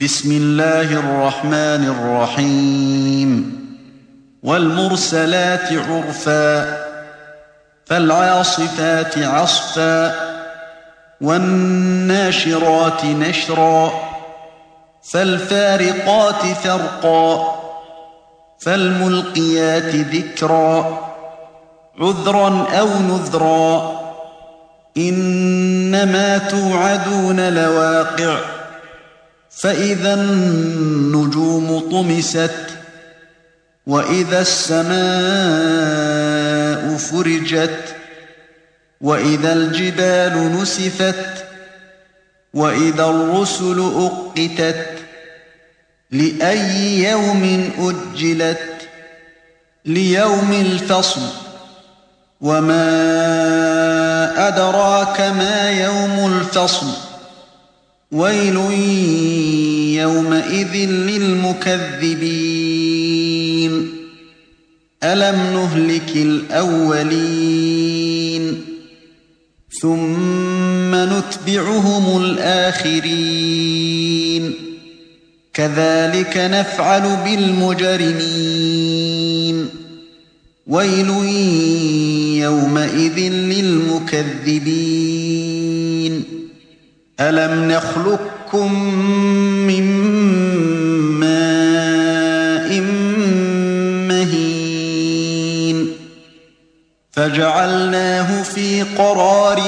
بسم الله الرحمن الرحيم والمرسلات عرفا فالعاصفات عصفا والناشرات نشرا فالفارقات فرقا فالملقيات ذكرا عذرا أو نذرا إنما توعدون لواقع فإذا النجوم طمست وإذا السماء فرجت وإذا الجبال نسفت وإذا الرسل أقتت لأي يوم أجلت ليوم الفصل وما أدراك ما يوم الفصل ويل يومئذ للمكذبين ألم نهلك الأولين ثم نتبعهم الآخرين كذلك نفعل بالمجرمين ويل يومئذ للمكذبين ألم نخلقكم من ماء مهين فجعلناه في قرار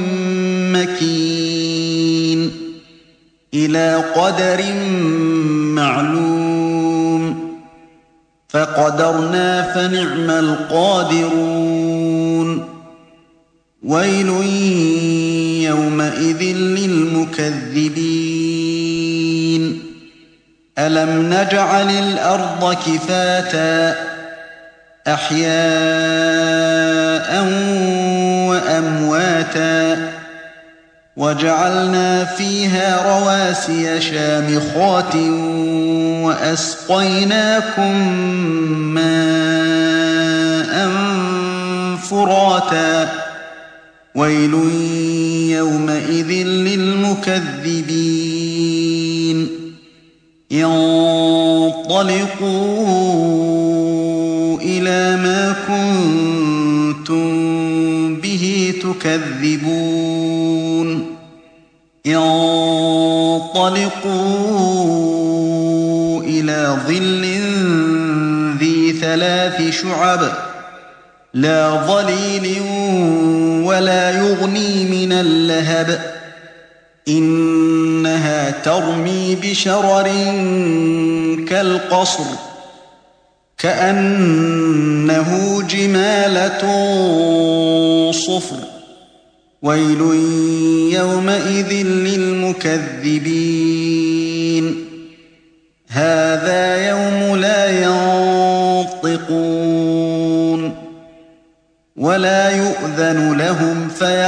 مكين إلى قدر معلوم فقدرنا فنعم القادرون ويل يومئذ للمكذبين ألم نجعل الأرض كفاتا أحياء وأمواتا وجعلنا فيها رواسي شامخات وأسقيناكم ماء فراتا ويل يومئذ للمكذبين انطلقوا إلى ما كنتم به تكذبون انطلقوا إلى ظل ذي 3 شعب لا ظليل ولا يغني من اللهب إنها ترمي بشرر كالقصر كأنه جمالة صفر ويل يومئذ للمكذبين هذا يوم لا ينطقون ولا يؤذن لهم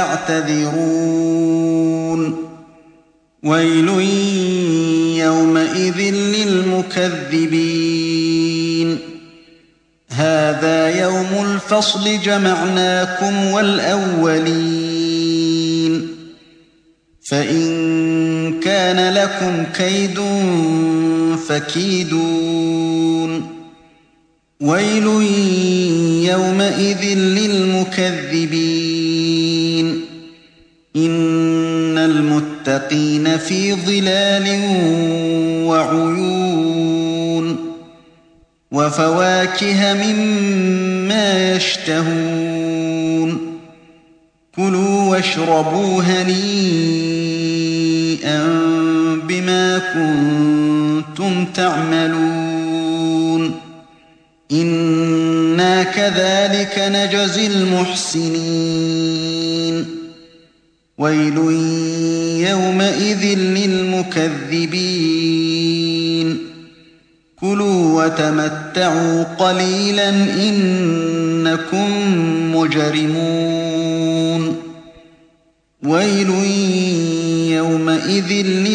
فيعتذرون ويل يومئذ للمكذبين هذا يوم الفصل جمعناكم والأولين فإن كان لكم كيد فكيدون ويل يومئذ للمكذبين إن المتقين في ظلال وعيون وفواكه مما يشتهون كلوا واشربوا هنيئا بما كنتم تعملون إنا كذلك نجزي المحسنين ويل يومئذ للمكذبين كلوا وتمتعوا قليلا إنكم مجرمون ويل يومئذ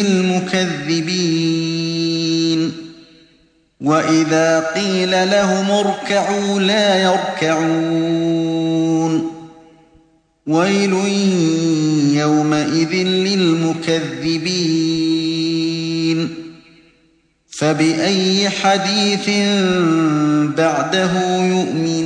للمكذبين وإذا قيل لهم اركعوا لا يركعون ويل يومئذ للمكذبين فبأي حديث بعده يؤمنون